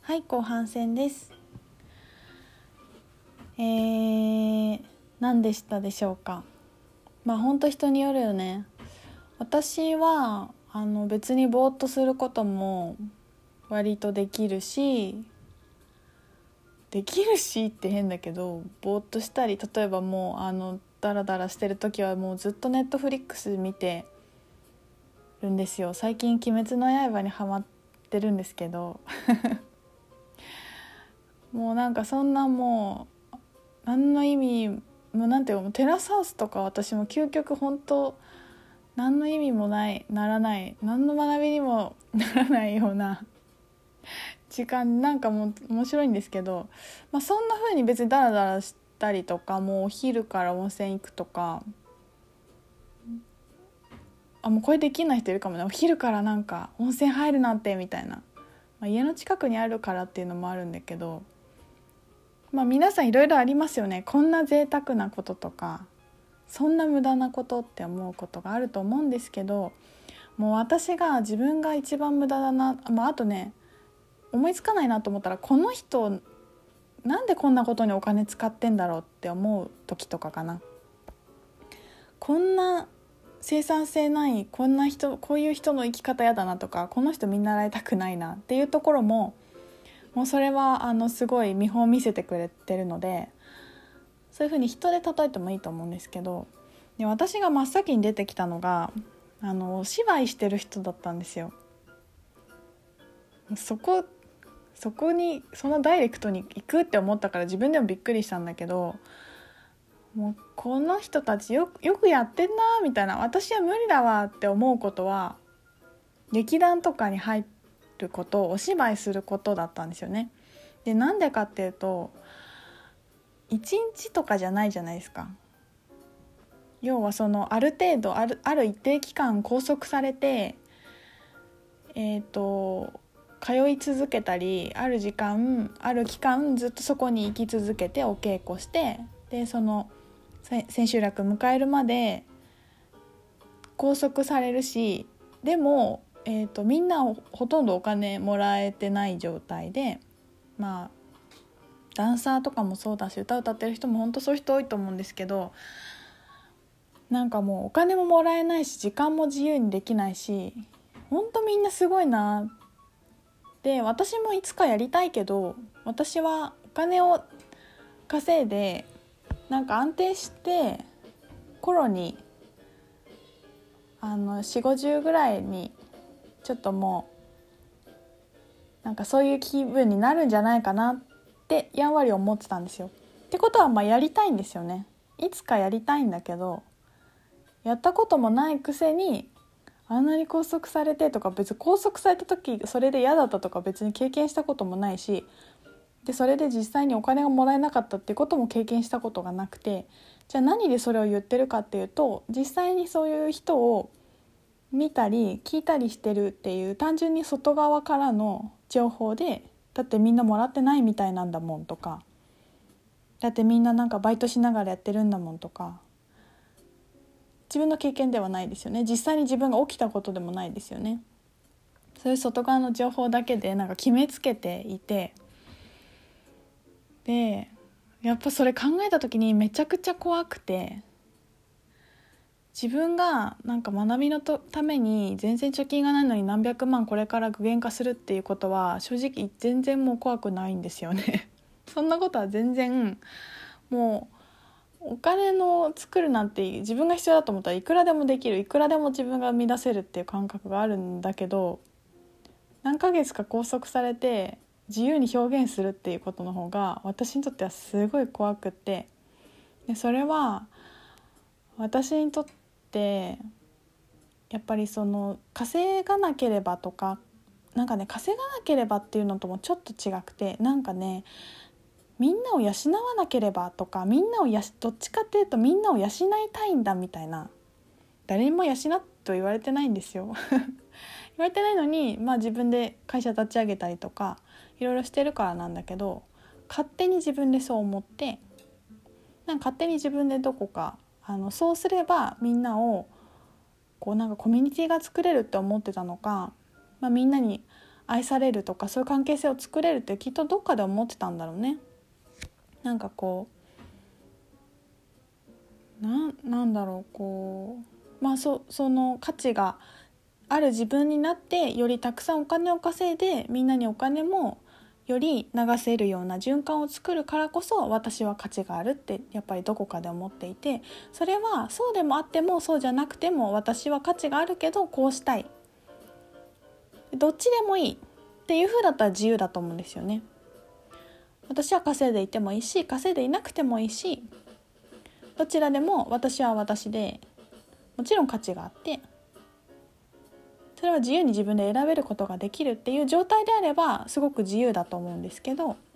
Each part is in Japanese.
はい、後半戦です。何でしたでしょうか。本当人によるよね。私は別にぼーっとすることも割とできるしって変だけど、ぼーっとしたり、例えばもうダラダラしてる時はもうずっとネットフリックス見てるんですよ。最近鬼滅の刃にハマってるんですけどもうなんかそんなもう何の意味もなんていうの、テラスハウスとか私も究極本当何の意味もならない何の学びにもならないような時間、なんかもう面白いんですけど、そんな風に別にダラダラしたりとか、もうお昼から温泉行くとか、もうこれできない人いるかもね。お昼からなんか温泉入るなんてみたいな、家の近くにあるからっていうのもあるんだけど、皆さんいろいろありますよね。こんな贅沢なこととか、そんな無駄なことって思うことがあると思うんですけど、もう私が自分が一番無駄だな、あとね、思いつかないなと思ったら、この人なんでこんなことにお金使ってんだろうって思う時とかかな。こんな生産性ない、こういう人の生き方やだなとか、この人見習いたくないなっていうところも、もうそれはすごい見本を見せてくれてるので、そういう風に人で例えてもいいと思うんですけど、で私が真っ先に出てきたのがお芝居してる人だったんですよ。そこにそのダイレクトに行くって思ったから自分でもびっくりしたんだけど、もうこの人たちよくやってんなみたいな、私は無理だわって思うことは劇団とかに入ること、お芝居することだったんですよね。でなんでかっていうと、1日とかじゃないじゃないですか。要はある程度ある一定期間拘束されて、通い続けたり、ある期間ずっとそこに行き続けてお稽古して、でその千秋楽迎えるまで拘束されるし、でも、みんなほとんどお金もらえてない状態で、ダンサーとかもそうだし、歌ってる人も本当そういう人多いと思うんですけど、なんかもうお金ももらえないし、時間も自由にできないし、本当みんなすごいな。で私もいつかやりたいけど、私はお金を稼いでなんか安定して頃に4、50ぐらいにちょっともうなんかそういう気分になるんじゃないかなってやんわり思ってたんですよ。ってことはやりたいんですよね。いつかやりたいんだけど、やったこともないくせにあんなに拘束されてとか、別に拘束された時それで嫌だったとか別に経験したこともないし、でそれで実際にお金がもらえなかったっていうことも経験したことがなくて、じゃあ何でそれを言ってるかっていうと、実際にそういう人を見たり聞いたりしてるっていう単純に外側からの情報で、だってみんなもらってないみたいなんだもんとか、だってみんななんかバイトしながらやってるんだもんとか、自分の経験ではないですよね。実際に自分が起きたことでもないですよね。そういう外側の情報だけでなんか決めつけていて、でやっぱそれ考えた時にめちゃくちゃ怖くて、自分がなんか学びのために全然貯金がないのに何百万これから具現化するっていうことは正直全然もう怖くないんですよねそんなことは全然、もうお金の作るなんて自分が必要だと思ったらいくらでもできる、いくらでも自分が生み出せるっていう感覚があるんだけど、何ヶ月か拘束されて自由に表現するっていうことの方が私にとってはすごい怖くって、でそれは私にとってやっぱり稼がなければとか、なんかね、稼がなければっていうのともちょっと違くて、なんかね、みんなを養わなければとか、どっちかっていうとみんなを養いたいんだみたいな、誰にも養っと言われてないんですよ言われてないのに、自分で会社立ち上げたりとかいろいろしてるからなんだけど、勝手に自分でそう思って、なんか勝手に自分でどこかそうすればみんなをなんかコミュニティが作れるって思ってたのか、みんなに愛されるとかそういう関係性を作れるってきっとどっかで思ってたんだろうね。なんかこうなんだろうこうその価値がある自分になってよりたくさんお金を稼いでみんなにお金もより流せるような循環を作るからこそ私は価値があるってやっぱりどこかで思っていて、それはそうでもあってもそうじゃなくても私は価値があるけどこうしたい、どっちでもいいっていう風だったら自由だと思うんですよね。私は稼いでいてもいいし稼いでいなくてもいいし、どちらでも私は私でもちろん価値があって、それは自由に自分で選べることができるっていう状態であればすごく自由だと思うんですけど、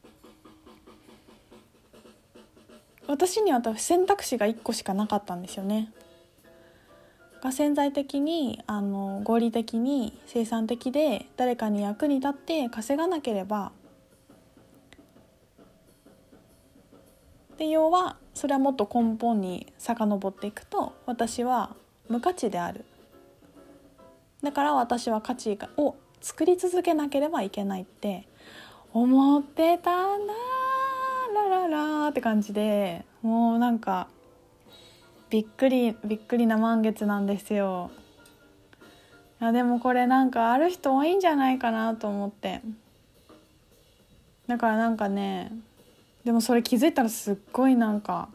私には選択肢が1個しかなかったんですよね。潜在的に合理的に生産的で誰かに役に立って稼がなければ、で要はそれはもっと根本に遡っていくと私は無価値である、だから私は価値を作り続けなければいけないって思ってたんだラララーって感じで、もうなんかびっくりな満月なんですよ。いやでもこれなんかある人多いんじゃないかなと思って、だからなんかね、でもそれ気づいたらすっごいなんか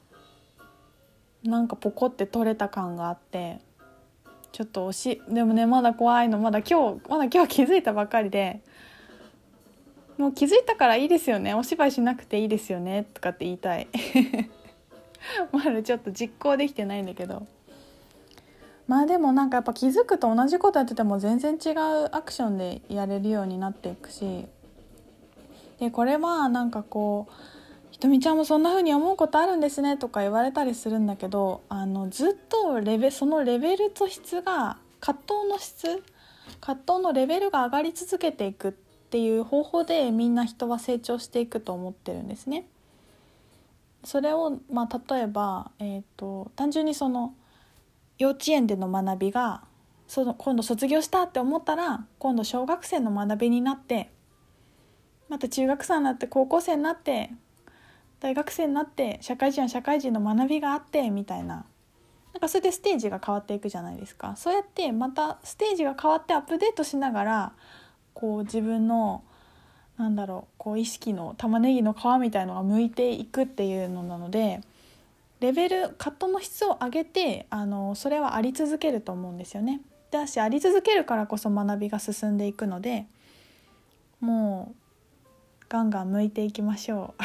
ポコって取れた感があって、ちょっとでもねまだ怖いの、まだ今日気づいたばかりで、もう気づいたからいいですよね、お芝居しなくていいですよねとかって言いたいまだちょっと実行できてないんだけど、でもなんかやっぱ気づくと同じことやってても全然違うアクションでやれるようになっていくし、でこれはなんかこうひとみちゃんもそんな風に思うことあるんですねとか言われたりするんだけど、ずっとそのレベルと質が葛藤のレベルが上がり続けていくっていう方法でみんな人は成長していくと思ってるんですね。それを例えば、単純にその幼稚園での学びが今度卒業したって思ったら今度小学生の学びになって、また中学生になって高校生になって大学生になって社会人は社会人の学びがあってみたいな、なんかそれでステージが変わっていくじゃないですか。そうやってまたステージが変わってアップデートしながらこう自分のこう意識の玉ねぎの皮みたいのが向いていくっていうのなので、レベルカットの質を上げてそれはあり続けると思うんですよね。だしあり続けるからこそ学びが進んでいくので、もうガンガン向いていきましょ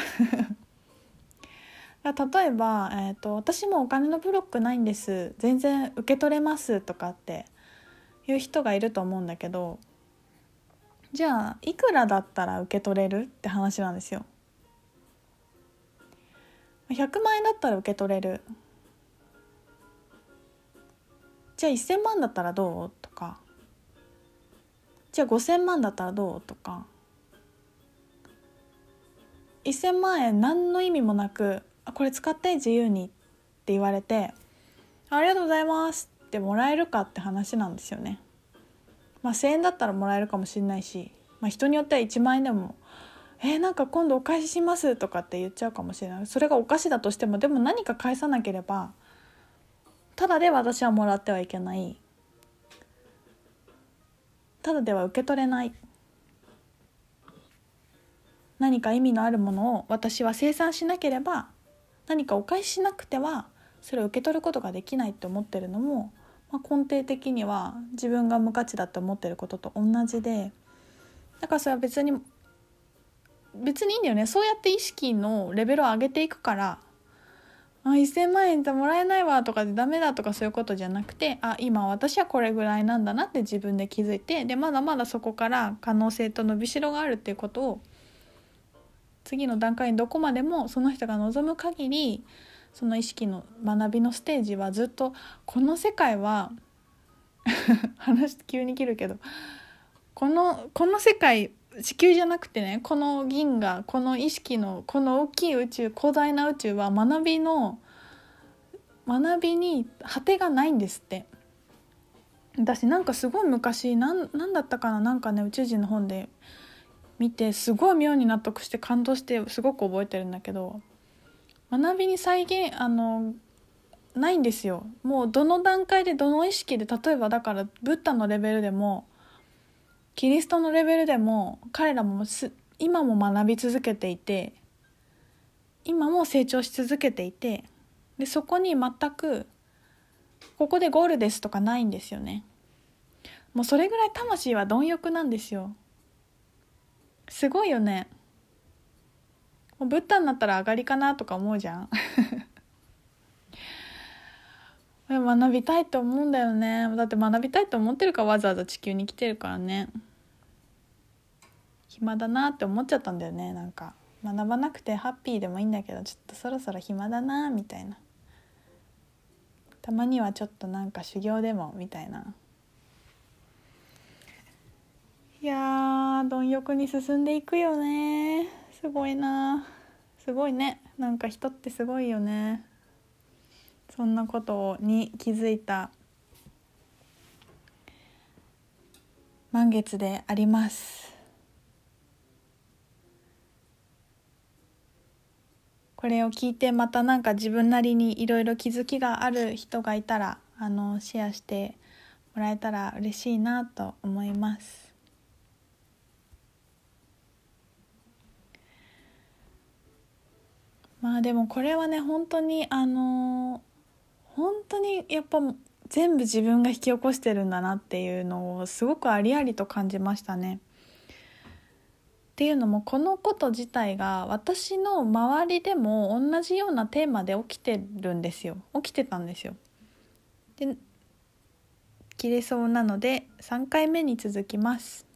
う例えば、私もお金のブロックないんです全然受け取れますとかっていう人がいると思うんだけど、じゃあいくらだったら受け取れるって話なんですよ。100万円だったら受け取れる、じゃあ1000万だったらどうとか、じゃあ5000万だったらどうとか、1000万円何の意味もなくこれ使って自由にって言われてありがとうございますってもらえるかって話なんですよね。1000円だったらもらえるかもしれないし、人によっては1万円でもなんか今度お返ししますとかって言っちゃうかもしれない。それがお菓子だとしてもでも何か返さなければただで私はもらってはいけない、ただでは受け取れない、何か意味のあるものを私は生産しなければ何かお返ししなくてはそれを受け取ることができないって思ってるのも、根底的には自分が無価値だって思ってることと同じで、だからそれは別にいいんだよね。そうやって意識のレベルを上げていくから1000万円じゃもらえないわとかでダメだとかそういうことじゃなくて、今私はこれぐらいなんだなって自分で気づいて、でまだまだそこから可能性と伸びしろがあるっていうことを次の段階にどこまでもその人が望む限り、その意識の学びのステージはずっとこの世界は話急に切るけどこの世界地球じゃなくてね、この銀河この意識のこの大きい宇宙広大な宇宙は学びに果てがないんですって。 私なんかすごい昔なんだったかな、なんかね宇宙人の本で見てすごい妙に納得して感動してすごく覚えてるんだけど、学びに再現ないんですよ。もうどの段階でどの意識で、例えばだからブッダのレベルでもキリストのレベルでも彼らも今も学び続けていて、今も成長し続けていて、でそこに全くここでゴールですとかないんですよね。もうそれぐらい魂は貪欲なんですよ。すごいよね。もうブッダになったら上がりかなとか思うじゃん学びたいと思うんだよね。だって学びたいと思ってるからわざわざ地球に来てるからね。暇だなって思っちゃったんだよね。なんか学ばなくてハッピーでもいいんだけど、ちょっとそろそろ暇だなみたいな、たまにはちょっとなんか修行でもみたいな。いやー貪欲に進んでいくよね。すごいな、すごいね。なんか人ってすごいよね。そんなことに気づいた満月であります。これを聞いてまたなんか自分なりにいろいろ気づきがある人がいたらシェアしてもらえたら嬉しいなと思います。まあでもこれはね本当に本当にやっぱ全部自分が引き起こしてるんだなっていうのをすごくありありと感じましたね。っていうのもこのこと自体が私の周りでも同じようなテーマで起きてるんですよ。起きてたんですよ。で切れそうなので3回目に続きます。